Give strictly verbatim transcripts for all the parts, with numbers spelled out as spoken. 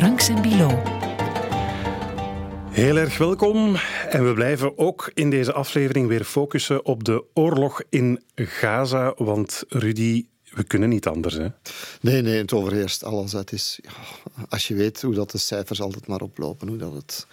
Frank Sembilo. Heel erg welkom. En we blijven ook in deze aflevering weer focussen op de oorlog in Gaza. Want Rudy, we kunnen niet anders, hè? Nee, nee, het overheerst alles. Het is, ja, als je weet hoe dat de cijfers altijd maar oplopen, hoe dat het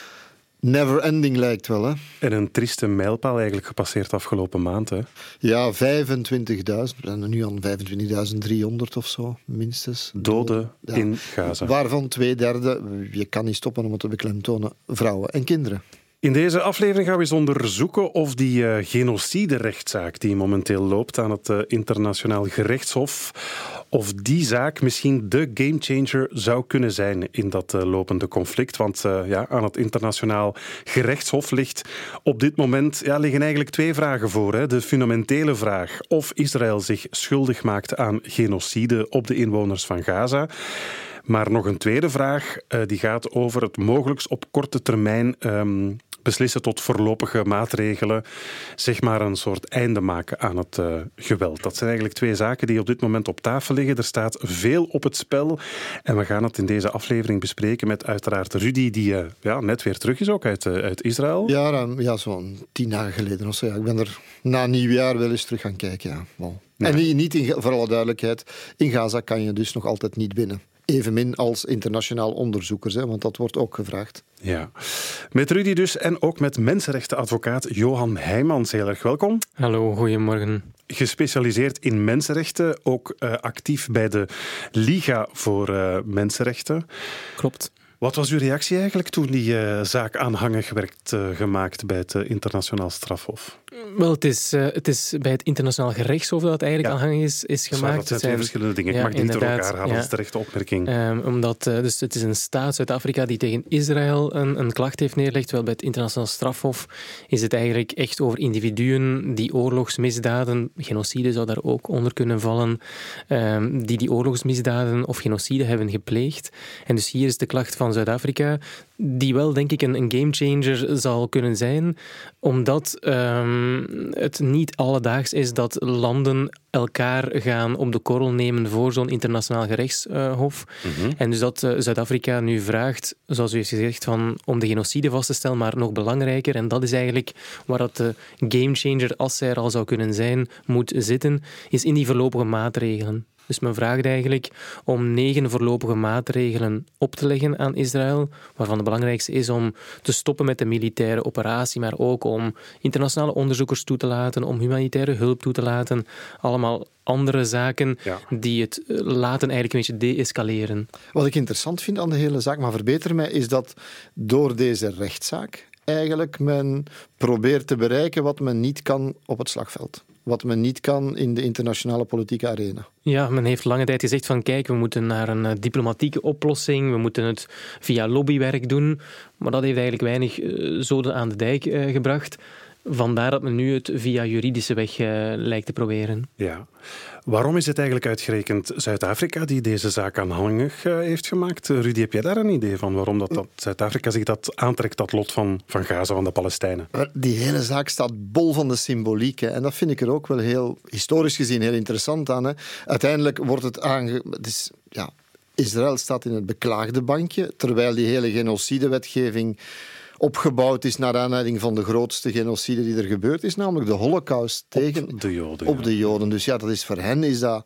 never ending lijkt wel, hè? En een trieste mijlpaal eigenlijk gepasseerd afgelopen maand, hè? Ja, vijfentwintigduizend. We zijn er nu aan vijfentwintigduizend driehonderd of zo, minstens. Doden ja. in Gaza. Waarvan twee derde, je kan niet stoppen om het te beklemtonen, vrouwen en kinderen. In deze aflevering gaan we eens onderzoeken of die uh, genocide-rechtszaak die momenteel loopt aan het uh, Internationaal Gerechtshof, of die zaak misschien de gamechanger zou kunnen zijn in dat uh, lopende conflict. Want uh, ja, aan het Internationaal Gerechtshof ligt op dit moment ja, liggen eigenlijk twee vragen voor. Hè. De fundamentele vraag of Israël zich schuldig maakt aan genocide op de inwoners van Gaza. Maar nog een tweede vraag, uh, die gaat over het mogelijks op korte termijn um, beslissen tot voorlopige maatregelen, zeg maar een soort einde maken aan het uh, geweld. Dat zijn eigenlijk twee zaken die op dit moment op tafel liggen. Er staat veel op het spel en we gaan het in deze aflevering bespreken met uiteraard Rudy, die uh, ja, net weer terug is ook uit, uh, uit Israël. Ja, ruim, ja, zo'n tien dagen geleden of zo. Ja. Ik ben er na nieuwjaar wel eens terug gaan kijken. Ja. Wow. Nee. En niet, niet in, voor alle duidelijkheid, in Gaza kan je dus nog altijd niet binnen. Evenmin als internationaal onderzoekers, hè, want dat wordt ook gevraagd. Ja, met Rudy dus en ook met mensenrechtenadvocaat Johan Heijmans. Heel erg welkom. Hallo, goedemorgen. Gespecialiseerd in mensenrechten, ook uh, actief bij de Liga voor uh, Mensenrechten. Klopt. Wat was uw reactie eigenlijk toen die uh, zaak aanhangig werd uh, gemaakt bij het uh, Internationaal Strafhof? Wel, het is, uh, het is bij het Internationaal Gerechtshof dat het eigenlijk ja. aanhangig is, is gemaakt. Dat zijn twee verschillende dingen. Ik ja, mag die niet door elkaar halen, ja. Dat is de rechte opmerking. Um, omdat, uh, dus het is een staat, Zuid-Afrika, die tegen Israël een, een klacht heeft neergelegd. Terwijl bij het Internationaal Strafhof is het eigenlijk echt over individuen die oorlogsmisdaden, genocide zou daar ook onder kunnen vallen, um, die die oorlogsmisdaden of genocide hebben gepleegd. En dus hier is de klacht van Zuid-Afrika, die wel, denk ik, een, een gamechanger zal kunnen zijn, omdat um, het niet alledaags is dat landen elkaar gaan op de korrel nemen voor zo'n internationaal gerechtshof. Uh, mm-hmm. En dus dat uh, Zuid-Afrika nu vraagt, zoals u heeft gezegd, van, om de genocide vast te stellen, maar nog belangrijker, en dat is eigenlijk waar dat de gamechanger, als zij er al zou kunnen zijn, moet zitten, is in die voorlopige maatregelen. Dus men vraagt eigenlijk om negen voorlopige maatregelen op te leggen aan Israël, waarvan de belangrijkste is om te stoppen met de militaire operatie, maar ook om internationale onderzoekers toe te laten, om humanitaire hulp toe te laten. Allemaal andere zaken ja. die het laten eigenlijk een beetje de-escaleren. Wat ik interessant vind aan de hele zaak, maar verbeter mij, is dat door deze rechtszaak eigenlijk men probeert te bereiken wat men niet kan op het slagveld. Wat men niet kan in de internationale politieke arena. Ja, men heeft lange tijd gezegd van kijk, we moeten naar een uh, diplomatieke oplossing, we moeten het via lobbywerk doen, maar dat heeft eigenlijk weinig uh, zoden aan de dijk uh, gebracht. Vandaar dat men nu het via juridische weg uh, lijkt te proberen. Ja. Waarom is het eigenlijk uitgerekend Zuid-Afrika die deze zaak aanhangig uh, heeft gemaakt? Rudy, heb jij daar een idee van waarom dat, dat Zuid-Afrika zich dat aantrekt, dat lot van, van Gaza, van de Palestijnen? Die hele zaak staat bol van de symboliek. Hè. En dat vind ik er ook wel heel, historisch gezien, heel interessant aan. Hè. Uiteindelijk wordt het aange... Het is, ja, Israël staat in het beklaagde bankje, terwijl die hele genocidewetgeving opgebouwd is naar aanleiding van de grootste genocide die er gebeurd is, namelijk de Holocaust tegen op de Joden. Op de Joden. Dus ja, dat is voor hen is dat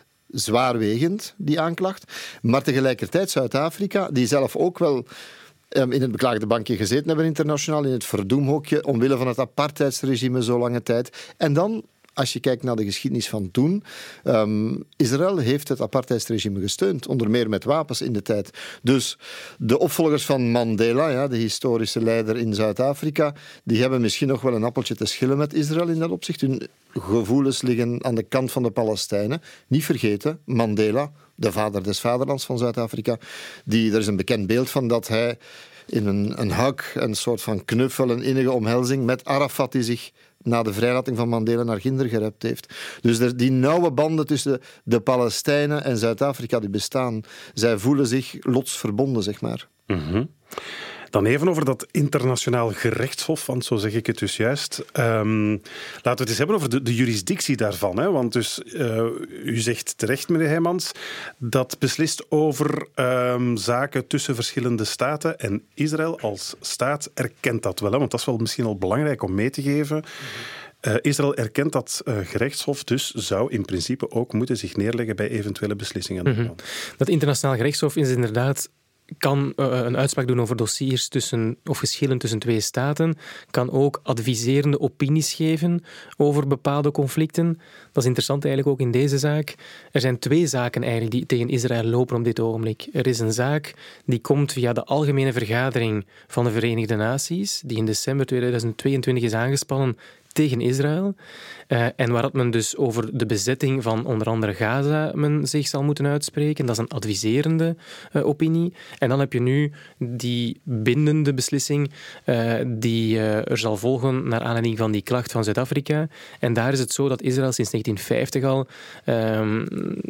zwaarwegend, die aanklacht. Maar tegelijkertijd Zuid-Afrika, die zelf ook wel um, in het beklaagde bankje gezeten hebben internationaal, in het verdoemhokje, omwille van het apartheidsregime zo lange tijd. En dan, als je kijkt naar de geschiedenis van toen, um, Israël heeft het apartheidsregime gesteund, onder meer met wapens in de tijd. Dus de opvolgers van Mandela, ja, de historische leider in Zuid-Afrika, die hebben misschien nog wel een appeltje te schillen met Israël in dat opzicht. Hun gevoelens liggen aan de kant van de Palestijnen. Niet vergeten, Mandela, de vader des vaderlands van Zuid-Afrika, die, er is een bekend beeld van dat hij in een, een hug, een soort van knuffel, een innige omhelzing met Arafat die zich na de vrijlating van Mandela naar Ginder gerept heeft. Dus er, die nauwe banden tussen de Palestijnen en Zuid-Afrika die bestaan, zij voelen zich lotsverbonden, zeg maar. Mm-hmm. Dan even over dat internationaal gerechtshof, want zo zeg ik het dus juist. Um, laten we het eens hebben over de, de jurisdictie daarvan. Hè? Want dus, uh, u zegt terecht, meneer Heijmans, dat beslist over um, zaken tussen verschillende staten en Israël als staat erkent dat wel. Hè? Want dat is wel misschien al belangrijk om mee te geven. Uh, Israël erkent dat uh, gerechtshof, dus zou in principe ook moeten zich neerleggen bij eventuele beslissingen. Mm-hmm. Dat internationaal gerechtshof is inderdaad... kan uh, een uitspraak doen over dossiers tussen, of geschillen tussen twee staten, kan ook adviserende opinies geven over bepaalde conflicten. Dat is interessant eigenlijk ook in deze zaak. Er zijn twee zaken eigenlijk die tegen Israël lopen op dit ogenblik. Er is een zaak die komt via de Algemene Vergadering van de Verenigde Naties, die in december tweeduizend tweeëntwintig is aangespannen tegen Israël. Uh, en waar men dus over de bezetting van onder andere Gaza men zich zal moeten uitspreken. Dat is een adviserende uh, opinie. En dan heb je nu die bindende beslissing uh, die uh, er zal volgen naar aanleiding van die klacht van Zuid-Afrika. En daar is het zo dat Israël sinds negentien vijftig al uh,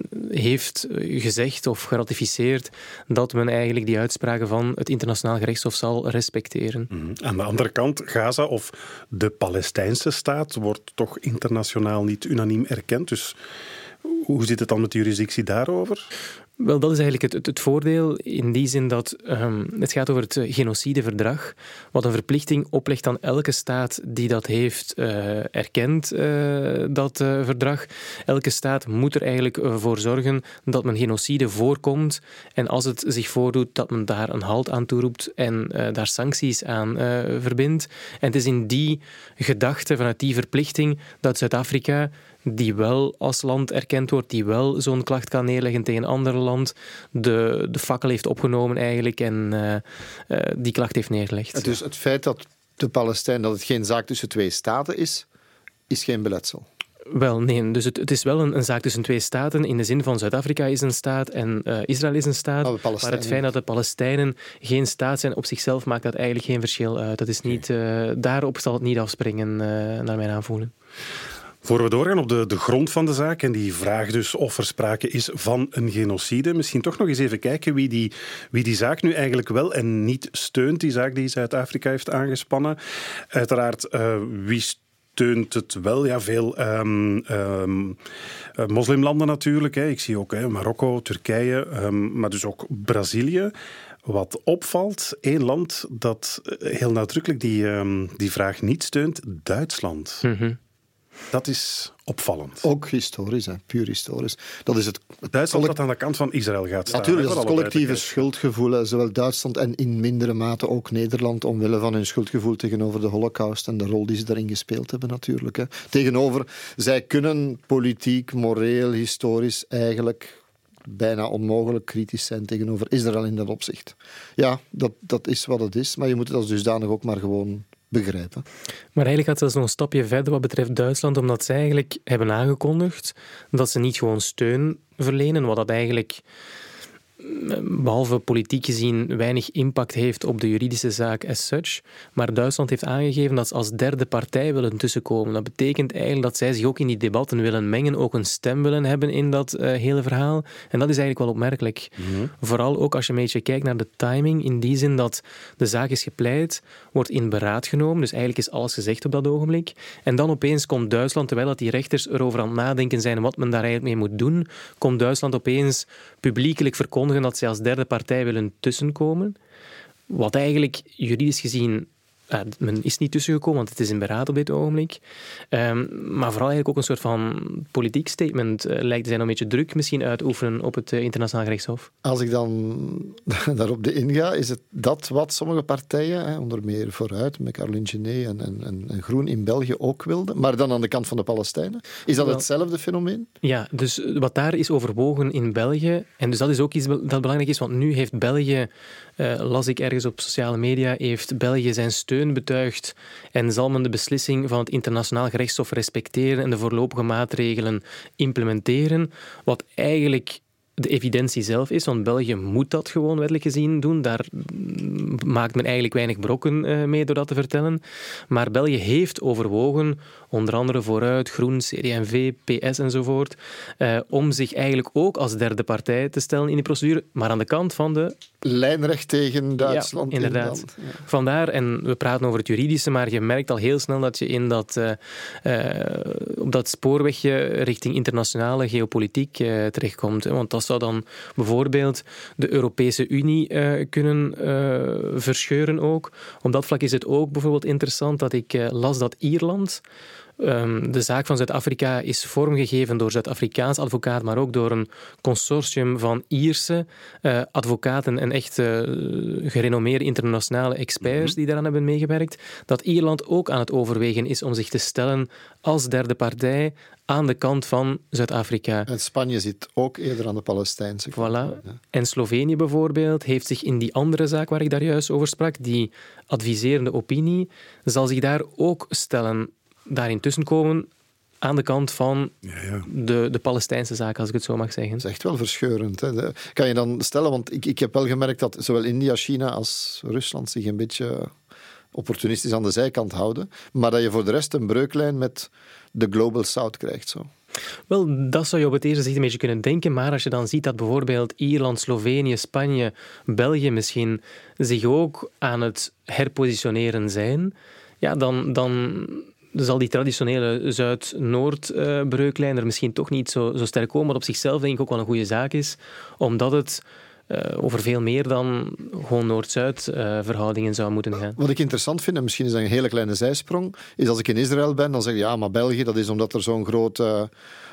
heeft gezegd of geratificeerd dat men eigenlijk die uitspraken van het internationaal gerechtshof zal respecteren. Mm-hmm. Aan de andere kant, Gaza of de Palestijnse staat wordt toch internationaal niet unaniem erkend. Dus hoe zit het dan met de jurisdictie daarover? Wel, dat is eigenlijk het, het, het voordeel in die zin dat um, het gaat over het genocideverdrag, wat een verplichting oplegt aan elke staat die dat heeft uh, erkend, uh, dat uh, verdrag. Elke staat moet er eigenlijk uh, voor zorgen dat men genocide voorkomt en als het zich voordoet, dat men daar een halt aan toeroept en uh, daar sancties aan uh, verbindt. En het is in die gedachte, vanuit die verplichting, dat Zuid-Afrika, die wel als land erkend wordt, die wel zo'n klacht kan neerleggen tegen een ander land, de, de fakkel heeft opgenomen eigenlijk en uh, uh, die klacht heeft neergelegd. Dus het feit dat de Palestijn, dat het geen zaak tussen twee staten is, is geen beletsel? Wel, nee. Dus het, het is wel een, een zaak tussen twee staten in de zin van Zuid-Afrika is een staat en uh, Israël is een staat. Oh, maar het feit dat de Palestijnen geen staat zijn op zichzelf maakt dat eigenlijk geen verschil uit. Dat is niet, uh, daarop zal het niet afspringen, uh, naar mijn aanvoelen. Voor we doorgaan op de, de grond van de zaak en die vraag dus of er sprake is van een genocide, misschien toch nog eens even kijken wie die, wie die zaak nu eigenlijk wel en niet steunt, die zaak die Zuid-Afrika heeft aangespannen. Uiteraard, uh, wie steunt het wel? Ja, veel um, um, uh, moslimlanden natuurlijk. Hè. Ik zie ook hè, Marokko, Turkije, um, maar dus ook Brazilië. Wat opvalt, één land dat heel nadrukkelijk die, um, die vraag niet steunt, Duitsland. Mm-hmm. Dat is opvallend. Ook historisch, hè. Puur historisch. Dat is het, het Duitsland dat aan de kant van Israël gaat staan. Natuurlijk, dat is het collectieve schuldgevoel. Hè. Zowel Duitsland en in mindere mate ook Nederland, omwille van hun schuldgevoel tegenover de Holocaust en de rol die ze daarin gespeeld hebben natuurlijk. Hè. Tegenover, zij kunnen politiek, moreel, historisch eigenlijk bijna onmogelijk kritisch zijn tegenover Israël in dat opzicht. Ja, dat, dat is wat het is, maar je moet het als dusdanig ook maar gewoon begrijpen. Maar eigenlijk gaat het zelfs nog een stapje verder wat betreft Duitsland, omdat zij eigenlijk hebben aangekondigd dat ze niet gewoon steun verlenen, wat dat eigenlijk, behalve politiek gezien, weinig impact heeft op de juridische zaak as such. Maar Duitsland heeft aangegeven dat ze als derde partij willen tussenkomen. Dat betekent eigenlijk dat zij zich ook in die debatten willen mengen, ook een stem willen hebben in dat uh, hele verhaal. En dat is eigenlijk wel opmerkelijk. Mm-hmm. Vooral ook als je een beetje kijkt naar de timing, in die zin dat de zaak is gepleit, wordt in beraad genomen, dus eigenlijk is alles gezegd op dat ogenblik. En dan opeens komt Duitsland, terwijl dat die rechters erover aan het nadenken zijn wat men daar eigenlijk mee moet doen, komt Duitsland opeens publiekelijk verkondigen dat zij als derde partij willen tussenkomen. Wat eigenlijk juridisch gezien, uh, men is niet tussengekomen, want het is in beraad op dit ogenblik. Um, maar vooral eigenlijk ook een soort van politiek statement uh, lijkt te zijn om een beetje druk misschien uitoefenen op het uh, internationaal gerechtshof. Als ik dan daarop de inga, is het dat wat sommige partijen, hè, onder meer Vooruit, met Caroline Genet en, en, en Groen in België ook wilden, maar dan aan de kant van de Palestijnen. Is dat Wel, hetzelfde fenomeen? Ja, dus wat daar is overwogen in België, en dus dat is ook iets dat belangrijk is, want nu heeft België, uh, las ik ergens op sociale media, heeft België zijn steun betuigd en zal men de beslissing van het internationaal gerechtshof respecteren en de voorlopige maatregelen implementeren, wat eigenlijk de evidentie zelf is, want België moet dat gewoon wettelijk gezien doen. Daar maakt men eigenlijk weinig brokken uh, mee door dat te vertellen. Maar België heeft overwogen, onder andere Vooruit, Groen, C D en V, P S enzovoort, uh, om zich eigenlijk ook als derde partij te stellen in die procedure, maar aan de kant van de... Lijnrecht tegen Duitsland. Ja, inderdaad. inderdaad. Ja. Vandaar, en we praten over het juridische, maar je merkt al heel snel dat je in dat, uh, uh, op dat spoorwegje richting internationale geopolitiek uh, terechtkomt. Want dat zou dan bijvoorbeeld de Europese Unie uh, kunnen uh, verscheuren ook. Op dat vlak is het ook bijvoorbeeld interessant dat ik uh, las dat Ierland... Um, de zaak van Zuid-Afrika is vormgegeven door Zuid-Afrikaans advocaat, maar ook door een consortium van Ierse uh, advocaten en echt uh, gerenommeerde internationale experts die daaraan hebben meegewerkt, dat Ierland ook aan het overwegen is om zich te stellen als derde partij aan de kant van Zuid-Afrika. En Spanje zit ook eerder aan de Palestijnse kant. Voilà. Ja. En Slovenië bijvoorbeeld heeft zich in die andere zaak waar ik daar juist over sprak, die adviserende opinie, zal zich daar ook stellen, daarin tussenkomen aan de kant van ja, ja. De, de Palestijnse zaak, als ik het zo mag zeggen. Dat is echt wel verscheurend. Hè? De, kan je dan stellen, want ik, ik heb wel gemerkt dat zowel India, China als Rusland zich een beetje opportunistisch aan de zijkant houden, maar dat je voor de rest een breuklijn met de Global South krijgt. Zo. Wel, dat zou je op het eerste zicht een beetje kunnen denken, maar als je dan ziet dat bijvoorbeeld Ierland, Slovenië, Spanje, België misschien zich ook aan het herpositioneren zijn, ja, dan... dan zal die traditionele Zuid-Noord-breuklijn er misschien toch niet zo, zo sterk komen, wat op zichzelf denk ik ook wel een goede zaak is, omdat het uh, over veel meer dan gewoon Noord-Zuid uh, verhoudingen zou moeten gaan. Wat ik interessant vind, en misschien is dat een hele kleine zijsprong, is als ik in Israël ben, dan zeg je ja, maar België, dat is omdat er zo'n grote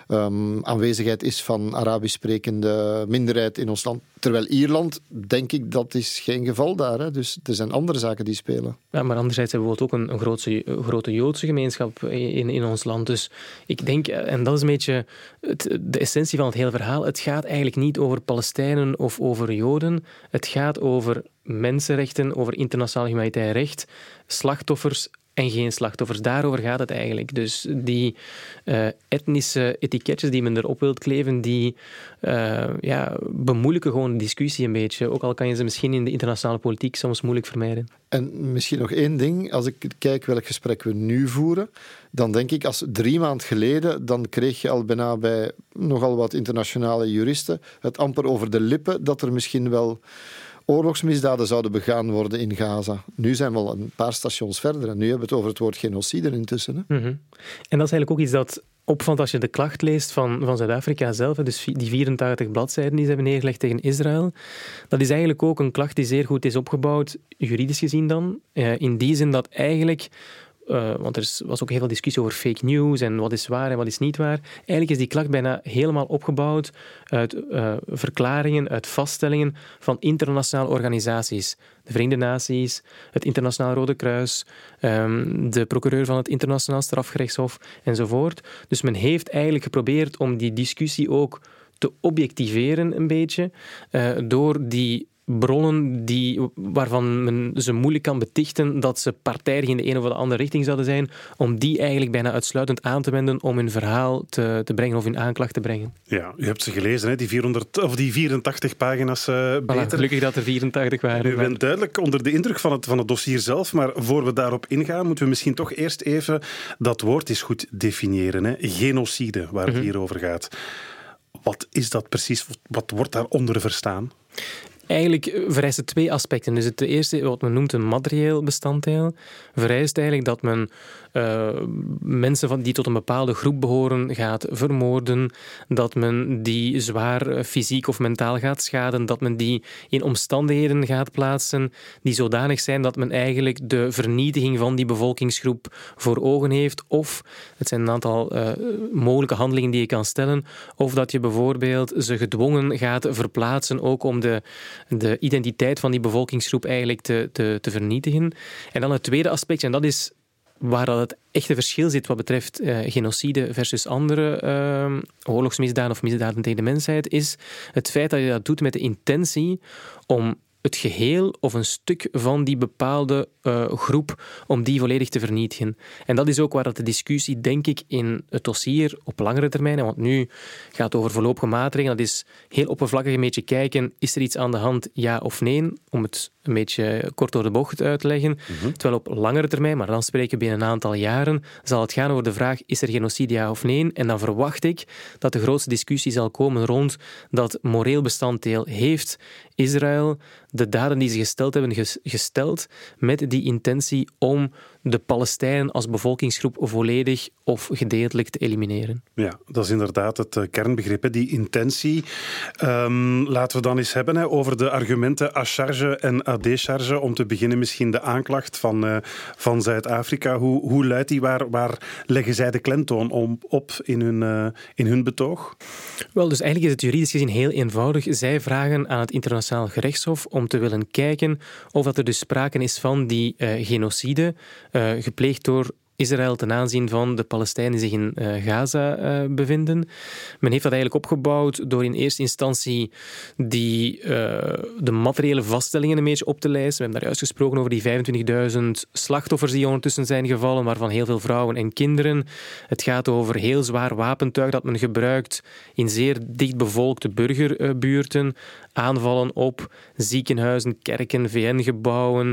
um, aanwezigheid is van Arabisch sprekende minderheid in ons land. Terwijl Ierland, denk ik, dat is geen geval daar. Hè? Dus er zijn andere zaken die spelen. Ja, maar anderzijds hebben we bijvoorbeeld ook een, een grootse, grote Joodse gemeenschap in, in ons land. Dus ik denk, en dat is een beetje het, de essentie van het hele verhaal, het gaat eigenlijk niet over Palestijnen of over Joden. Het gaat over mensenrechten, over internationaal humanitair recht, slachtoffers en geen slachtoffers. Daarover gaat het eigenlijk. Dus die uh, etnische etiketjes die men erop wilt kleven, die uh, ja, bemoeilijken gewoon de discussie een beetje. Ook al kan je ze misschien in de internationale politiek soms moeilijk vermijden. En misschien nog één ding. Als ik kijk welk gesprek we nu voeren, dan denk ik, als drie maanden geleden, dan kreeg je al bijna bij nogal wat internationale juristen het amper over de lippen dat er misschien wel oorlogsmisdaden zouden begaan worden in Gaza. Nu zijn we al een paar stations verder en nu hebben we het over het woord genocide intussen. Hè? Mm-hmm. En dat is eigenlijk ook iets dat opvalt als je de klacht leest van, van Zuid-Afrika zelf, dus die vierentachtig bladzijden die ze hebben neergelegd tegen Israël. Dat is eigenlijk ook een klacht die zeer goed is opgebouwd, juridisch gezien dan, in die zin dat eigenlijk... Uh, want er was ook heel veel discussie over fake news en wat is waar en wat is niet waar. Eigenlijk is die klacht bijna helemaal opgebouwd uit uh, verklaringen, uit vaststellingen van internationale organisaties. De Verenigde Naties, het Internationaal Rode Kruis, um, de procureur van het Internationaal Strafgerechtshof enzovoort. Dus men heeft eigenlijk geprobeerd om die discussie ook te objectiveren een beetje uh, door die bronnen die, waarvan men ze moeilijk kan betichten dat ze partijdig in de een of de andere richting zouden zijn, om die eigenlijk bijna uitsluitend aan te wenden om hun verhaal te, te brengen of hun aanklacht te brengen. Ja, u hebt ze gelezen, hè? Die, vierhonderd, of die vierentachtig pagina's uh, beter. Voilà, gelukkig dat er vierentachtig waren. U bent maar... duidelijk onder de indruk van het, van het dossier zelf, maar voor we daarop ingaan, moeten we misschien toch eerst even dat woord eens goed definiëren. Hè? Genocide, waar het mm-hmm. hier over gaat. Wat is dat precies? Wat wordt daaronder verstaan? Eigenlijk vereist het twee aspecten. Dus het eerste, wat men noemt een materieel bestanddeel, vereist eigenlijk dat men uh, mensen van, die tot een bepaalde groep behoren gaat vermoorden, dat men die zwaar fysiek of mentaal gaat schaden, dat men die in omstandigheden gaat plaatsen die zodanig zijn dat men eigenlijk de vernietiging van die bevolkingsgroep voor ogen heeft. Of, het zijn een aantal uh, mogelijke handelingen die je kan stellen, of dat je bijvoorbeeld ze gedwongen gaat verplaatsen, ook om de de identiteit van die bevolkingsgroep eigenlijk te, te, te vernietigen. En dan het tweede aspect, en dat is waar dat het echte verschil zit wat betreft uh, genocide versus andere uh, oorlogsmisdaden of misdaden tegen de mensheid, is het feit dat je dat doet met de intentie om het geheel of een stuk van die bepaalde uh, groep, om die volledig te vernietigen. En dat is ook waar dat de discussie, denk ik, in het dossier op langere termijn, want nu gaat het over voorlopige maatregelen, dat is heel oppervlakkig een beetje kijken, is er iets aan de hand, ja of nee, om het een beetje kort door de bocht uit te leggen. Mm-hmm. Terwijl op langere termijn, maar dan spreken we binnen een aantal jaren, zal het gaan over de vraag, is er genocide, ja of nee? En dan verwacht ik dat de grootste discussie zal komen rond dat moreel bestanddeel. Heeft Israël de daden die ze gesteld hebben gesteld met die intentie om de Palestijnen als bevolkingsgroep volledig of gedeeltelijk te elimineren? Ja, dat is inderdaad het uh, kernbegrip, hè, die intentie. Um, laten we dan eens hebben hè, over de argumenten à charge en à décharge. Om te beginnen misschien de aanklacht van, uh, van Zuid-Afrika. Hoe, hoe luidt die? Waar, waar leggen zij de klemtoon om, op in hun, uh, in hun betoog? Wel, dus eigenlijk is het juridisch gezien heel eenvoudig. Zij vragen aan het internationaal gerechtshof om te willen kijken of dat er dus sprake is van die uh, genocide uh, gepleegd door Israël ten aanzien van de Palestijnen die zich in uh, Gaza uh, bevinden. Men heeft dat eigenlijk opgebouwd door in eerste instantie die, uh, de materiële vaststellingen een beetje op te lijsten. We hebben daar juist gesproken over die vijfentwintigduizend slachtoffers die ondertussen zijn gevallen, waarvan heel veel vrouwen en kinderen. Het gaat over heel zwaar wapentuig dat men gebruikt in zeer dichtbevolkte burgerbuurten. Aanvallen op ziekenhuizen, kerken, V N-gebouwen.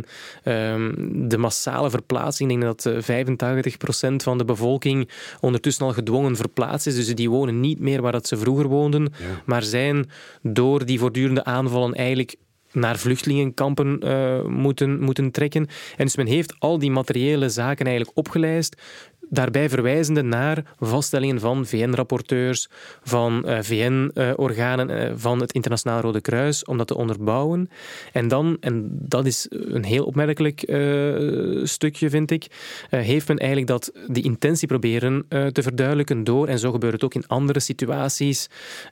Um, de massale verplaatsing, ik denk dat uh, vijfentachtig procent van de bevolking ondertussen al gedwongen verplaatst is. Dus die wonen niet meer waar dat ze vroeger woonden, ja. maar zijn door die voortdurende aanvallen eigenlijk naar vluchtelingenkampen uh, moeten, moeten trekken. En dus men heeft al die materiële zaken eigenlijk opgelijst, daarbij verwijzende naar vaststellingen van V N-rapporteurs, van uh, V N-organen, uh, van het Internationaal Rode Kruis, om dat te onderbouwen. En dan, en dat is een heel opmerkelijk uh, stukje, vind ik, uh, heeft men eigenlijk dat die intentie proberen uh, te verduidelijken door, en zo gebeurt het ook in andere situaties,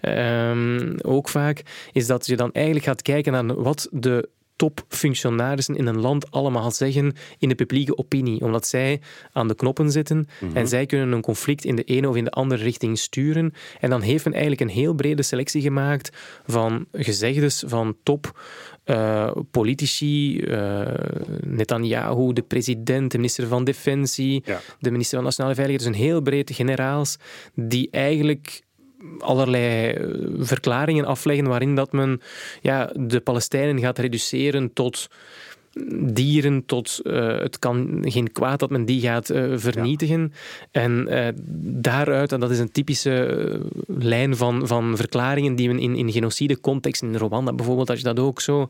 um, ook vaak, is dat je dan eigenlijk gaat kijken naar wat de topfunctionarissen in een land allemaal zeggen in de publieke opinie, omdat zij aan de knoppen zitten mm-hmm. en zij kunnen een conflict in de ene of in de andere richting sturen. En dan heeft men eigenlijk een heel brede selectie gemaakt van gezegdes van top uh, politici, uh, Netanyahu, de president, de minister van Defensie, ja. de minister van Nationale Veiligheid, dus een heel breed generaals die eigenlijk allerlei verklaringen afleggen waarin dat men ja, de Palestijnen gaat reduceren tot dieren, tot uh, het kan geen kwaad dat men die gaat uh, vernietigen. Ja. En uh, daaruit, en dat is een typische uh, lijn van, van verklaringen die men in, in genocide-context, in Rwanda bijvoorbeeld, als je dat ook zo, uh,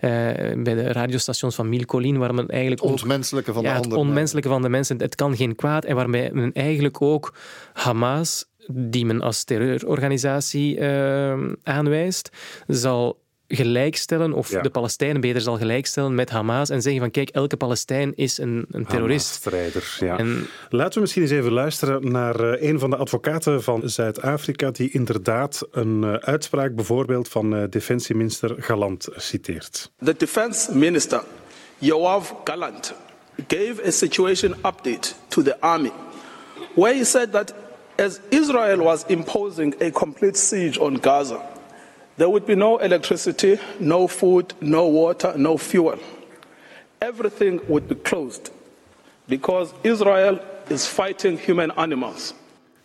bij de radiostations van Mille Collines, waar men eigenlijk ook... Ontmenselijke van ja, de het anderen. onmenselijke van de mensen, het kan geen kwaad, en waarbij men eigenlijk ook Hamas, die men als terreurorganisatie uh, aanwijst, zal gelijkstellen, of ja. de Palestijnen beter zal gelijkstellen met Hamas en zeggen van kijk, elke Palestijn is een, een terrorist. Hamas-strijd, ja. En... Laten we misschien eens even luisteren naar uh, een van de advocaten van Zuid-Afrika die inderdaad een uh, uitspraak bijvoorbeeld van uh, defensieminister Gallant citeert. The defense minister, Yoav Gallant, gave a situation update to the army, where he said that as Israel was imposing a complete siege on Gaza, there would be no electricity, no food, no water, no fuel. Everything would be closed because Israel is fighting human animals.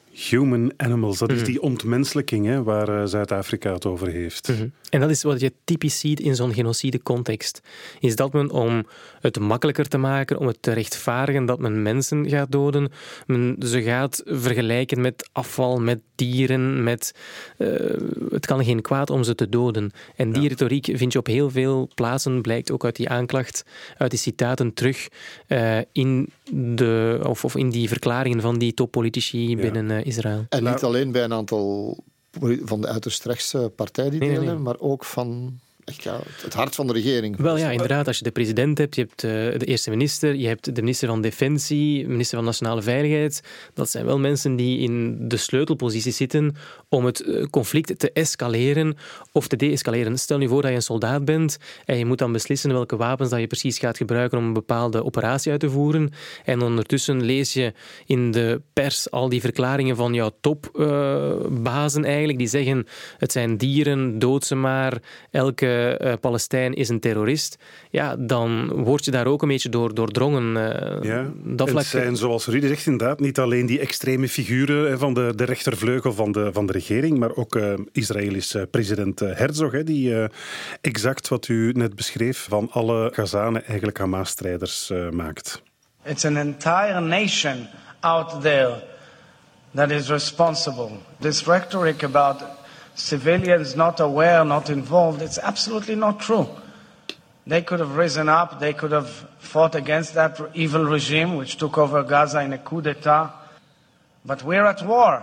Human animals, dat is die ontmenselijking hè, waar uh, Zuid-Afrika het over heeft. Mm-hmm. En dat is wat je typisch ziet in zo'n genocide-context. Is dat men, om het makkelijker te maken, om het te rechtvaardigen dat men mensen gaat doden, men ze gaat vergelijken met afval, met dieren, met... Uh, het kan geen kwaad om ze te doden. En die ja. retoriek vind je op heel veel plaatsen, blijkt ook uit die aanklacht, uit die citaten terug, uh, in, de, of, of in die verklaringen van die toppolitici ja. binnen uh, Israël. En niet alleen bij een aantal van de uiterst rechtse partijen die nee, delen, nee, nee. maar ook van echt, ja, het hart van de regering. Wel ja, inderdaad. Als je de president hebt, je hebt uh, de eerste minister, je hebt de minister van Defensie, de minister van Nationale Veiligheid. Dat zijn wel mensen die in de sleutelpositie zitten om het uh, conflict te escaleren of te deescaleren. Stel je voor dat je een soldaat bent en je moet dan beslissen welke wapens dat je precies gaat gebruiken om een bepaalde operatie uit te voeren. En ondertussen lees je in de pers al die verklaringen van jouw topbazen uh, eigenlijk, die zeggen het zijn dieren, dood ze maar, elke elke uh, Palestijn is een terrorist, ja, dan word je daar ook een beetje door doordrongen. Uh, ja, dat het zijn, zoals Rudy zegt, inderdaad niet alleen die extreme figuren hè, van de, de rechtervleugel van de, van de regering, maar ook uh, Israëlisch uh, president Herzog, hè, die uh, exact wat u net beschreef, van alle Gazanen eigenlijk Hamas-strijders uh, maakt. It's an entire nation out there that is responsible. This rhetoric about civilians not aware, not involved, it's absolutely not true. They could have risen up, they could have fought against that evil regime which took over Gaza in a coup d'etat. But we're at war.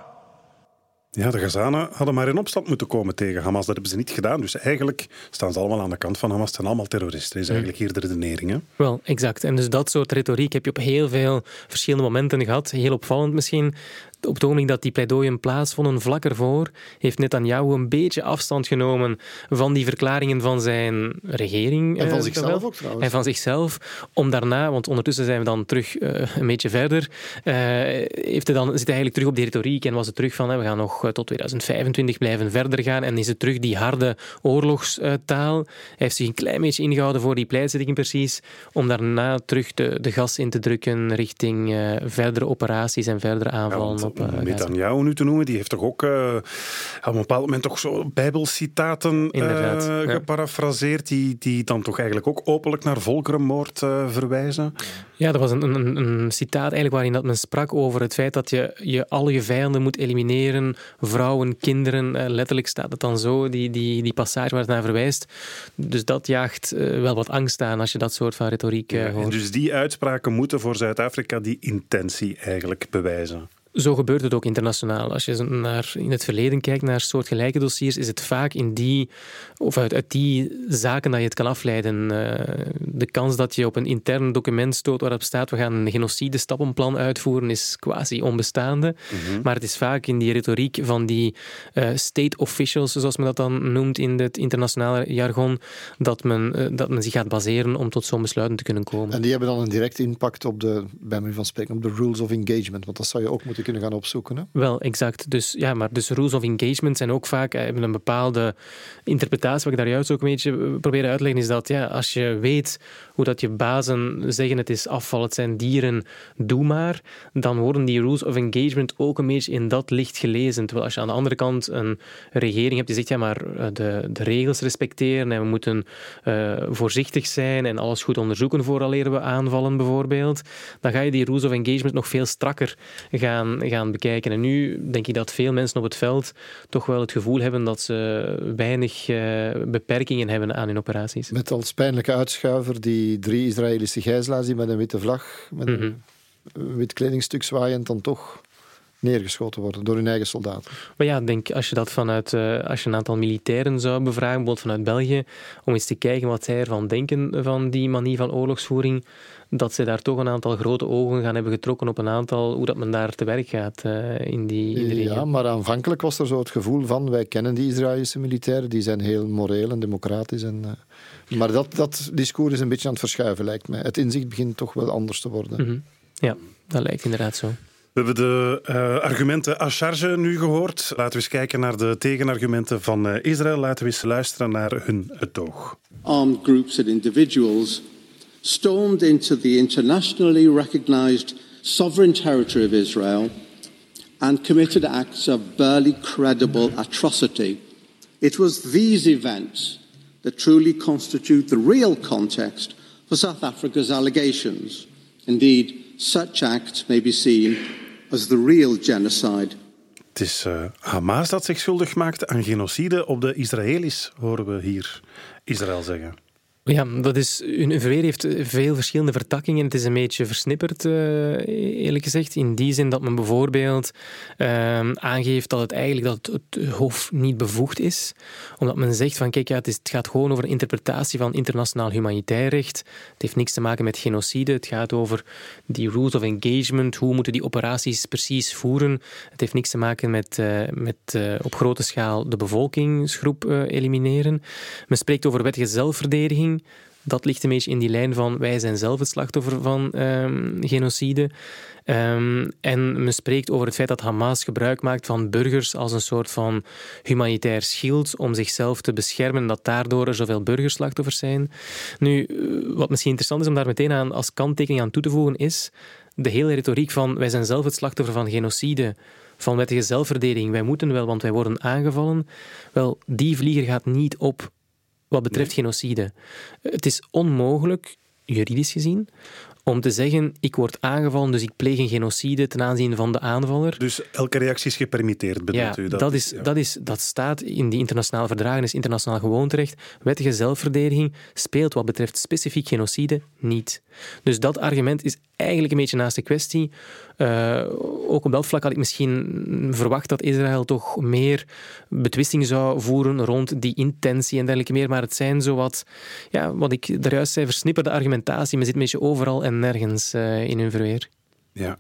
Ja, de Gazanen hadden maar in opstand moeten komen tegen Hamas. Dat hebben ze niet gedaan. Dus eigenlijk staan ze allemaal aan de kant van Hamas. Het zijn allemaal terroristen. Dat is eigenlijk hier de redenering. Hè? Wel, exact. En dus dat soort retoriek heb je op heel veel verschillende momenten gehad. Heel opvallend misschien. Op het ogenblik dat die pleidooien plaatsvonden, vlak ervoor, heeft Netanyahu een beetje afstand genomen van die verklaringen van zijn regering. En van uh, zichzelf ook trouwens. En van zichzelf. Om daarna, want ondertussen zijn we dan terug uh, een beetje verder, uh, heeft hij dan, zit hij eigenlijk terug op die retoriek en was het terug van, uh, we gaan nog uh, tot tweeduizend vijfentwintig blijven verder gaan en is het terug die harde oorlogstaal. Hij heeft zich een klein beetje ingehouden voor die pleitzittingen precies, om daarna terug de, de gas in te drukken richting uh, verdere operaties en verdere aanvallen. Ja, Op, uh, Netanyahu nu te noemen, die heeft toch ook uh, op een bepaald moment toch zo bijbelcitaten uh, ja. geparafraseerd, die, die dan toch eigenlijk ook openlijk naar volkerenmoord uh, verwijzen. Ja, dat was een, een, een citaat eigenlijk waarin dat men sprak over het feit dat je, je al je vijanden moet elimineren, vrouwen, kinderen, uh, letterlijk staat het dan zo, die, die, die passage waar het naar verwijst. Dus dat jaagt uh, wel wat angst aan als je dat soort van retoriek uh, hoort. Ja, en dus die uitspraken moeten voor Zuid-Afrika die intentie eigenlijk bewijzen. Zo gebeurt het ook internationaal. Als je naar, in het verleden kijkt naar soortgelijke dossiers, is het vaak in die, of uit, uit die zaken dat je het kan afleiden. Uh, de kans dat je op een intern document stoot waarop staat we gaan een genocide-stappenplan uitvoeren is quasi onbestaande. Mm-hmm. Maar het is vaak in die retoriek van die uh, state officials, zoals men dat dan noemt in het internationale jargon, dat men, uh, dat men zich gaat baseren om tot zo'n besluiten te kunnen komen. En die hebben dan een direct impact op de, bij manier van spreken, op de rules of engagement, want dat zou je ook moeten kunnen gaan opzoeken. Hè? Wel, exact. Dus, ja, maar dus rules of engagement zijn ook vaak hebben een bepaalde interpretatie. Wat ik daar juist ook een beetje probeer uit te leggen, is dat ja, als je weet hoe dat je bazen zeggen het is afval, het zijn dieren, doe maar, dan worden die rules of engagement ook een beetje in dat licht gelezen. Terwijl als je aan de andere kant een regering hebt die zegt ja, maar de, de regels respecteren en we moeten uh, voorzichtig zijn en alles goed onderzoeken vooraleer we aanvallen bijvoorbeeld, dan ga je die rules of engagement nog veel strakker gaan gaan bekijken. En nu denk ik dat veel mensen op het veld toch wel het gevoel hebben dat ze weinig uh, beperkingen hebben aan hun operaties. Met als pijnlijke uitschuiver die drie Israëlische gijzelaars die met een witte vlag, met mm-hmm. een wit kledingstuk zwaaiend, dan toch neergeschoten worden door hun eigen soldaten. Maar ja, ik denk als je dat vanuit, uh, als je een aantal militairen zou bevragen, bijvoorbeeld vanuit België, om eens te kijken wat zij ervan denken van die manier van oorlogsvoering, dat ze daar toch een aantal grote ogen gaan hebben getrokken op een aantal, hoe dat men daar te werk gaat uh, in die, in die regio. Ja, maar aanvankelijk was er zo het gevoel van, wij kennen die Israëlische militairen, die zijn heel moreel en democratisch. En, uh, maar dat, dat discours is een beetje aan het verschuiven, lijkt mij. Het inzicht begint toch wel anders te worden. Mm-hmm. Ja, dat lijkt inderdaad zo. We hebben de uh, argumenten à charge nu gehoord. Laten we eens kijken naar de tegenargumenten van uh, Israël. Laten we eens luisteren naar hun betoog. Armed groups and individuals stormed into the internationally recognized sovereign territory of Israel and committed acts of barely credible atrocity. It was these events that truly constitute the real context for South Africa's allegations. Indeed, such acts may be seen as the real genocide. Het is uh, Hamas dat zich schuldig maakt aan genocide op de Israëli's, horen we hier Israël zeggen. Ja, dat is, hun verweer heeft veel verschillende vertakkingen. Het is een beetje versnipperd, uh, eerlijk gezegd. In die zin dat men bijvoorbeeld uh, aangeeft dat het eigenlijk dat het Hof niet bevoegd is. Omdat men zegt van, kijk, ja, het, is, het gaat gewoon over een interpretatie van internationaal humanitair recht. Het heeft niks te maken met genocide. Het gaat over die rules of engagement. Hoe moeten die operaties precies voeren? Het heeft niks te maken met, uh, met uh, op grote schaal de bevolkingsgroep uh, elimineren. Men spreekt over wettige zelfverdediging. Dat ligt een beetje in die lijn van wij zijn zelf het slachtoffer van um, genocide. Um, en men spreekt over het feit dat Hamas gebruik maakt van burgers als een soort van humanitair schild om zichzelf te beschermen en dat daardoor er zoveel burgerslachtoffers zijn. Nu, wat misschien interessant is om daar meteen aan als kanttekening aan toe te voegen is de hele retoriek van wij zijn zelf het slachtoffer van genocide, van wettige zelfverdediging, wij moeten wel, want wij worden aangevallen. Wel, die vlieger gaat niet op wat betreft nee. genocide. Het is onmogelijk, juridisch gezien, om te zeggen, ik word aangevallen, dus ik pleeg een genocide ten aanzien van de aanvaller. Dus elke reactie is gepermitteerd, bedoelt ja, u? Dat, dat, is, ja. dat, is, dat staat in die internationale verdragen, is internationaal gewoonterecht. Wettige zelfverdediging speelt wat betreft specifiek genocide niet. Dus dat argument is eigenlijk een beetje naast de kwestie. Uh, ook op dat vlak had ik misschien verwacht dat Israël toch meer betwisting zou voeren rond die intentie en dergelijke meer, maar het zijn zowat, ja, wat ik daar juist zei, versnipperde argumentatie. Men zit een beetje overal en nergens uh, in hun verweer. Ja.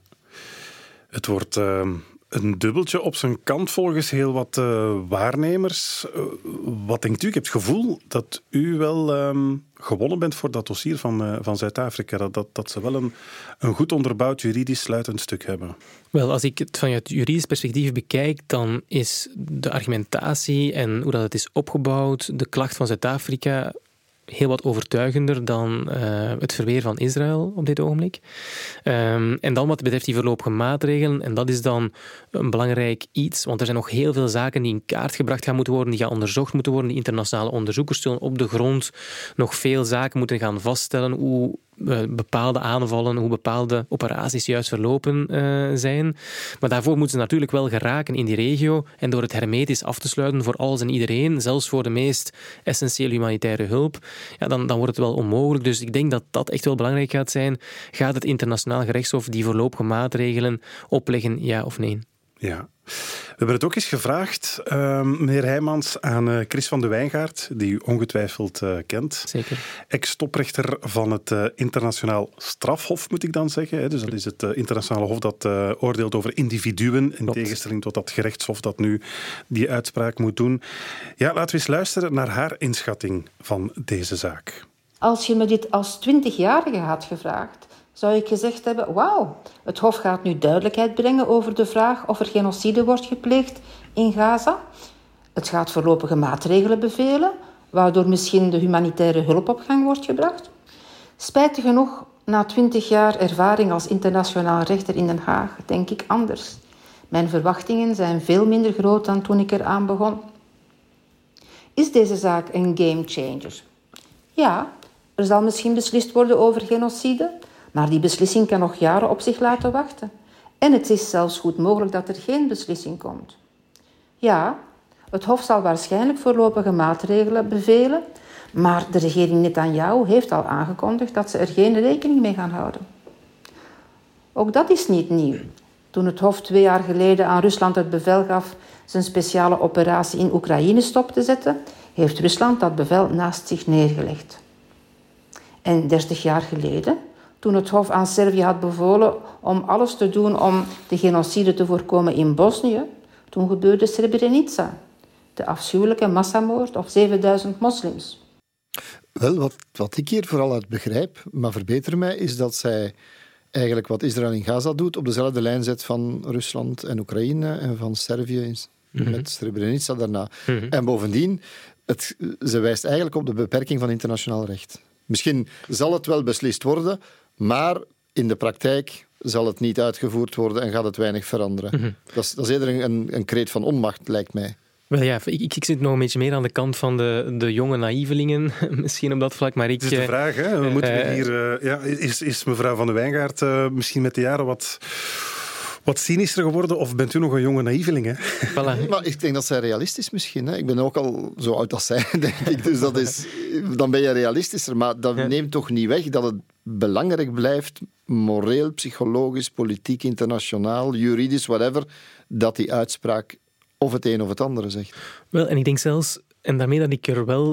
Het wordt uh, een dubbeltje op zijn kant volgens heel wat uh, waarnemers. Uh, wat denkt u? Ik heb het gevoel dat u wel um, gewonnen bent voor dat dossier van, uh, van Zuid-Afrika. Dat, dat, dat ze wel een, een goed onderbouwd juridisch sluitend stuk hebben. Wel, als ik het vanuit juridisch perspectief bekijk, dan is de argumentatie en hoe dat het is opgebouwd, de klacht van Zuid-Afrika, heel wat overtuigender dan uh, het verweer van Israël op dit ogenblik. Um, en dan wat betreft die voorlopige maatregelen, en dat is dan een belangrijk iets, want er zijn nog heel veel zaken die in kaart gebracht gaan moeten worden, die gaan onderzocht moeten worden. Die internationale onderzoekers zullen op de grond nog veel zaken moeten gaan vaststellen, hoe uh, bepaalde aanvallen, hoe bepaalde operaties juist verlopen uh, zijn. Maar daarvoor moeten ze natuurlijk wel geraken in die regio en door het hermetisch af te sluiten voor alles en iedereen, zelfs voor de meest essentiële humanitaire hulp, ja, dan, dan wordt het wel onmogelijk. Dus ik denk dat dat echt wel belangrijk gaat zijn. Gaat het internationaal gerechtshof die voorlopige maatregelen opleggen, ja of nee? Ja. We hebben het ook eens gevraagd, uh, meneer Heijmans, aan uh, Chris van de Wijngaard, die u ongetwijfeld uh, kent. Zeker. Ex-toprechter van het uh, Internationaal Strafhof, moet ik dan zeggen. Hè. Dus dat is het uh, internationale hof dat uh, oordeelt over individuen, in Klopt. tegenstelling tot dat gerechtshof dat nu die uitspraak moet doen. Ja, laten we eens luisteren naar haar inschatting van deze zaak. Als je me dit als twintigjarige had gevraagd, zou ik gezegd hebben, wauw, het Hof gaat nu duidelijkheid brengen over de vraag of er genocide wordt gepleegd in Gaza. Het gaat voorlopige maatregelen bevelen, waardoor misschien de humanitaire hulp op gang wordt gebracht. Spijtig genoeg, na twintig jaar ervaring als internationaal rechter in Den Haag, denk ik anders. Mijn verwachtingen zijn veel minder groot dan toen ik eraan begon. Is deze zaak een gamechanger? Ja, er zal misschien beslist worden over genocide, maar die beslissing kan nog jaren op zich laten wachten. En het is zelfs goed mogelijk dat er geen beslissing komt. Ja, het Hof zal waarschijnlijk voorlopige maatregelen bevelen, maar de regering Netanyahu heeft al aangekondigd dat ze er geen rekening mee gaan houden. Ook dat is niet nieuw. Toen het Hof twee jaar geleden aan Rusland het bevel gaf zijn speciale operatie in Oekraïne stop te zetten, heeft Rusland dat bevel naast zich neergelegd. En dertig jaar geleden, toen het Hof aan Servië had bevolen om alles te doen om de genocide te voorkomen in Bosnië, toen gebeurde Srebrenica, de afschuwelijke massamoord op zevenduizend moslims. Wel, wat, wat ik hier vooral uit begrijp, maar verbeter mij, is dat zij eigenlijk wat Israël in Gaza doet op dezelfde lijn zet van Rusland en Oekraïne en van Servië mm-hmm. met Srebrenica daarna. Mm-hmm. En bovendien, het, ze wijst eigenlijk op de beperking van internationaal recht. Misschien zal het wel beslist worden, maar in de praktijk zal het niet uitgevoerd worden en gaat het weinig veranderen. Mm-hmm. Dat, is, dat is eerder een, een kreet van onmacht, lijkt mij. Wel ja, ik, ik zit nog een beetje meer aan de kant van de, de jonge naïvelingen, misschien op dat vlak. Maar ik, het is de vraag, hè? We moeten uh, hier, uh, ja, is, is mevrouw van de Wijngaard uh, misschien met de jaren wat... Wat cynischer geworden, of bent u nog een jonge naïveling? Hè? Voilà. Maar ik denk dat zij realistisch misschien. Hè? Ik ben ook al zo oud als zij, denk ik. Dus dat is, dan ben je realistischer. Maar dat ja. neemt toch niet weg dat het belangrijk blijft, moreel, psychologisch, politiek, internationaal, juridisch, whatever, dat die uitspraak of het een of het andere zegt. Wel, en ik denk zelfs, en daarmee dat ik er wel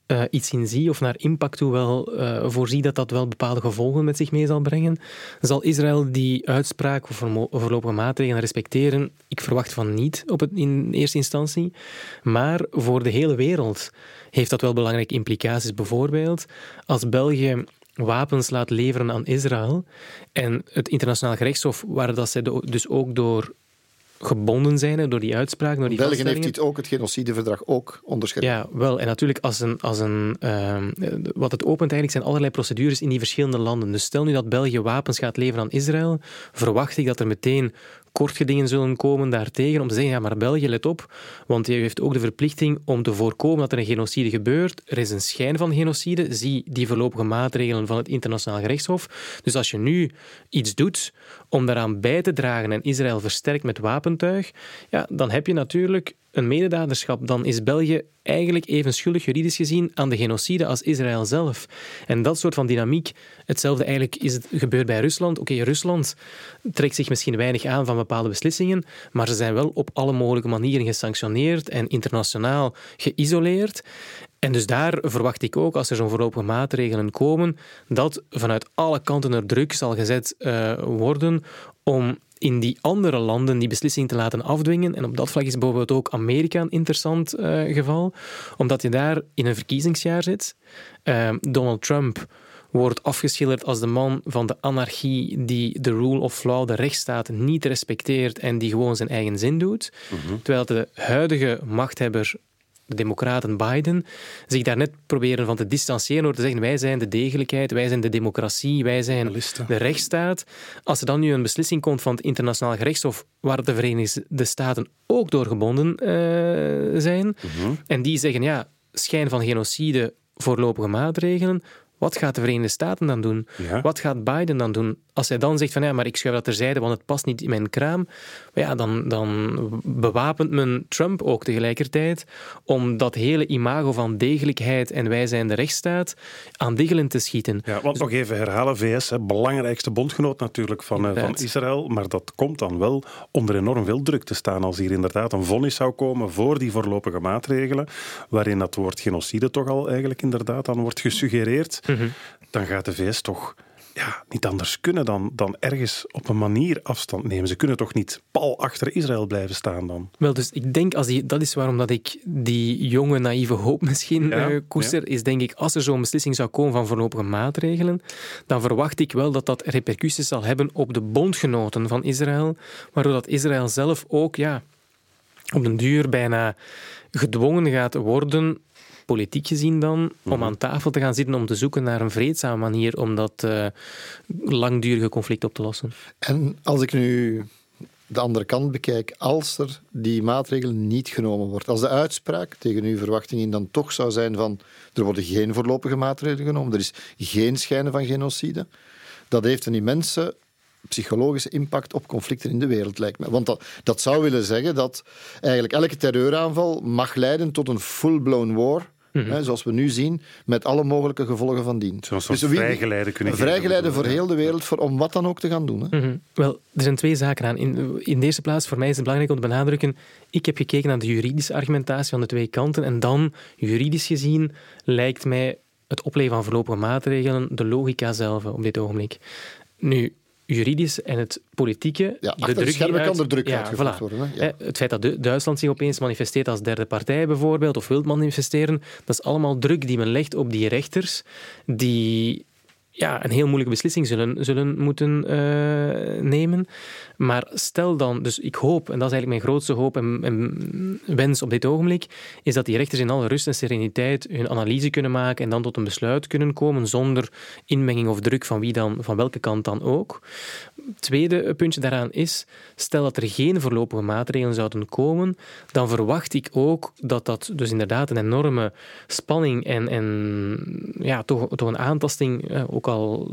uh, iets in zie of naar impact toe wel uh, voorzie dat dat wel bepaalde gevolgen met zich mee zal brengen. Zal Israël die uitspraak of voorlopige maatregelen respecteren? Ik verwacht van niet op het, in eerste instantie. Maar voor de hele wereld heeft dat wel belangrijke implicaties. Bijvoorbeeld als België wapens laat leveren aan Israël en het internationaal gerechtshof, waar dat zij dus ook door gebonden zijn door die uitspraak, door die België vaststellingen. heeft dit ook, het genocideverdrag ook onderschreven. Ja, wel. En natuurlijk, als een, als een, uh, wat het opent eigenlijk zijn allerlei procedures in die verschillende landen. Dus stel nu dat België wapens gaat leveren aan Israël, verwacht ik dat er meteen kortgedingen zullen komen daartegen om te zeggen, ja, maar België, let op, want je heeft ook de verplichting om te voorkomen dat er een genocide gebeurt. Er is een schijn van genocide, zie die voorlopige maatregelen van het internationaal gerechtshof. Dus als je nu iets doet om daaraan bij te dragen en Israël versterkt met wapentuig, ja, dan heb je natuurlijk een mededaderschap. Dan is België eigenlijk even schuldig juridisch gezien aan de genocide als Israël zelf. En dat soort van dynamiek, hetzelfde eigenlijk is het gebeurd bij Rusland. Oké, okay, Rusland trekt zich misschien weinig aan van bepaalde beslissingen, maar ze zijn wel op alle mogelijke manieren gesanctioneerd en internationaal geïsoleerd. En dus daar verwacht ik ook, als er zo'n voorlopige maatregelen komen, dat vanuit alle kanten er druk zal gezet uh, worden om in die andere landen die beslissing te laten afdwingen. En op dat vlak is bijvoorbeeld ook Amerika een interessant uh, geval, omdat je daar in een verkiezingsjaar zit. Uh, Donald Trump wordt afgeschilderd als de man van de anarchie die de rule of law, de rechtsstaat, niet respecteert en die gewoon zijn eigen zin doet. Mm-hmm. Terwijl de huidige machthebber, de democraten Biden, zich daar net proberen van te distancieren door te zeggen wij zijn de degelijkheid, wij zijn de democratie, wij zijn de rechtsstaat. Als er dan nu een beslissing komt van het internationaal gerechtshof waar de Verenigde Staten ook door gebonden uh, zijn, mm-hmm. en die zeggen ja, schijn van genocide, voorlopige maatregelen, wat gaat de Verenigde Staten dan doen? Ja. Wat gaat Biden dan doen? Als hij dan zegt van ja, maar ik schuif dat terzijde, want het past niet in mijn kraam, ja, dan, dan bewapent men Trump ook tegelijkertijd om dat hele imago van degelijkheid en wij zijn de rechtsstaat aan diggelen te schieten. Ja, want dus, nog even herhalen, V S, hè, belangrijkste bondgenoot natuurlijk van, uh, van Israël, maar dat komt dan wel onder enorm veel druk te staan als hier inderdaad een vonnis zou komen voor die voorlopige maatregelen, waarin dat woord genocide toch al eigenlijk inderdaad dan wordt gesuggereerd. Mm-hmm. Dan gaat de V S toch ja, niet anders kunnen dan, dan ergens op een manier afstand nemen. Ze kunnen toch niet pal achter Israël blijven staan dan? Wel, dus ik denk, als die, dat is waarom dat ik die jonge, naïeve hoop misschien ja, uh, koester, ja. is denk ik, als er zo'n beslissing zou komen van voorlopige maatregelen, dan verwacht ik wel dat dat repercussies zal hebben op de bondgenoten van Israël, waardoor dat Israël zelf ook ja, op den duur bijna gedwongen gaat worden, politiek gezien dan, mm-hmm. om aan tafel te gaan zitten om te zoeken naar een vreedzame manier om dat uh, langdurige conflict op te lossen. En als ik nu de andere kant bekijk, als er die maatregel niet genomen wordt, als de uitspraak tegen uw verwachtingen dan toch zou zijn van er worden geen voorlopige maatregelen genomen, er is geen schijn van genocide, dat heeft een immense psychologische impact op conflicten in de wereld, lijkt me. Want dat, dat zou willen zeggen dat eigenlijk elke terreuraanval mag leiden tot een full-blown war, mm-hmm. hè, zoals we nu zien, met alle mogelijke gevolgen van dien. Zoals dus vrijgeleide kunnen Vrijgeleide voor heel de wereld, voor om wat dan ook te gaan doen. Hè. Mm-hmm. Wel, er zijn twee zaken aan. In, in de eerste plaats, voor mij is het belangrijk om te benadrukken, ik heb gekeken naar de juridische argumentatie van de twee kanten en dan, juridisch gezien, lijkt mij het opleggen van voorlopige maatregelen de logica zelf op dit ogenblik. Nu, juridisch en het politieke. Ja, achter de, de schermen kan er druk ja, uitgevoerd voilà. worden. Hè? Ja. Het feit dat du- Duitsland zich opeens manifesteert als derde partij bijvoorbeeld, of wil manifesteren, dat is allemaal druk die men legt op die rechters, die ja, een heel moeilijke beslissing zullen, zullen moeten uh, nemen. Maar stel dan, dus ik hoop, en dat is eigenlijk mijn grootste hoop en, en wens op dit ogenblik, is dat die rechters in alle rust en sereniteit hun analyse kunnen maken en dan tot een besluit kunnen komen zonder inmenging of druk van wie dan, van welke kant dan ook. Het tweede puntje daaraan is, stel dat er geen voorlopige maatregelen zouden komen, dan verwacht ik ook dat dat dus inderdaad een enorme spanning en, en ja, toch, toch een aantasting, ook al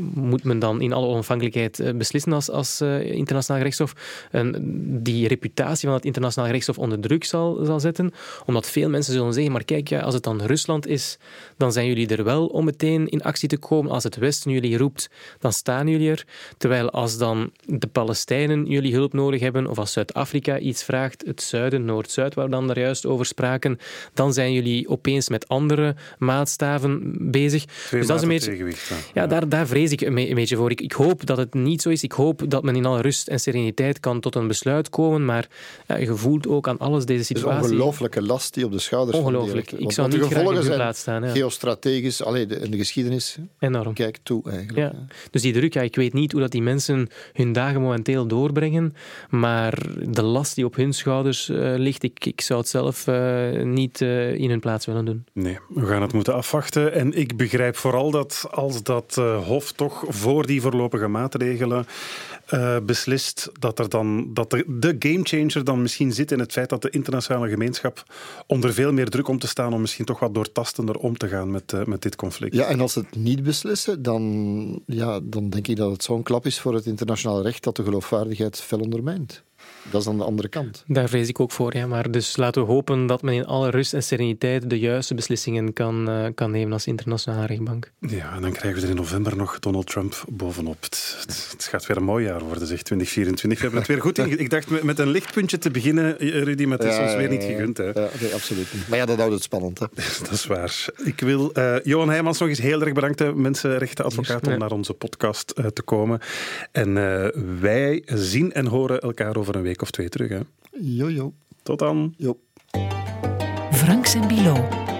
moet men dan in alle onafhankelijkheid beslissen als, als uh, internationaal gerechtshof, en die reputatie van het internationaal gerechtshof onder druk zal, zal zetten. Omdat veel mensen zullen zeggen, maar kijk, ja, als het dan Rusland is, dan zijn jullie er wel om meteen in actie te komen. Als het Westen jullie roept, dan staan jullie er. Terwijl als dan de Palestijnen jullie hulp nodig hebben, of als Zuid-Afrika iets vraagt, het zuiden, Noord-Zuid, waar we dan daar juist over spraken, dan zijn jullie opeens met andere maatstaven bezig. Twee dus dat is een beetje, tegenwicht. Ja, ja, Daar, daar vrees ik een, een beetje voor. Ik, ik hoop dat het niet zo is. Ik hoop dat men in alle rust en sereniteit kan tot een besluit komen, maar ja, je voelt ook aan alles deze situatie. Het is een ongelooflijke last die op de schouders Ongelooflijk. van ik zou niet graag in hun plaats staan. Ja. Geostrategisch, allee, de, in de geschiedenis, enorm. Kijk toe eigenlijk. Ja. Ja. Dus die druk, ja, ik weet niet hoe dat die mensen hun dagen momenteel doorbrengen, maar de last die op hun schouders uh, ligt, ik, ik zou het zelf uh, niet uh, in hun plaats willen doen. Nee, we gaan het moeten afwachten. En ik begrijp vooral dat als dat uh, Hof toch voor die voorlopige maatregelen uh, beslist, dat er dan dat er de gamechanger dan misschien zit in het feit dat de internationale gemeenschap onder veel meer druk komt te staan om misschien toch wat doortastender om te gaan met, uh, met dit conflict. Ja, en als ze het niet beslissen, dan, ja, dan denk ik dat het zo'n klap is voor het internationaal recht dat de geloofwaardigheid fel ondermijnt. Dat is aan de andere kant. Daar vrees ik ook voor, ja. Maar dus laten we hopen dat men in alle rust en sereniteit de juiste beslissingen kan, uh, kan nemen als internationale rechtbank. Ja, en dan krijgen we er in november nog Donald Trump bovenop. Het, het, het gaat weer een mooi jaar worden, zeg, twintig vierentwintig. We hebben het weer goed in. Ik dacht met, met een lichtpuntje te beginnen, Rudy, maar het is ja, ons weer niet gegund. Hè. Ja, nee, absoluut niet. Maar ja, dat houdt het spannend. Hè. Dat is waar. Ik wil uh, Johan Heijmans nog eens heel erg bedanken, mensenrechtenadvocaat, om naar onze podcast uh, te komen. En uh, wij zien en horen elkaar over een week of twee terug. Hè. Jo, jo. Tot dan. Jo. Franks en Bilo.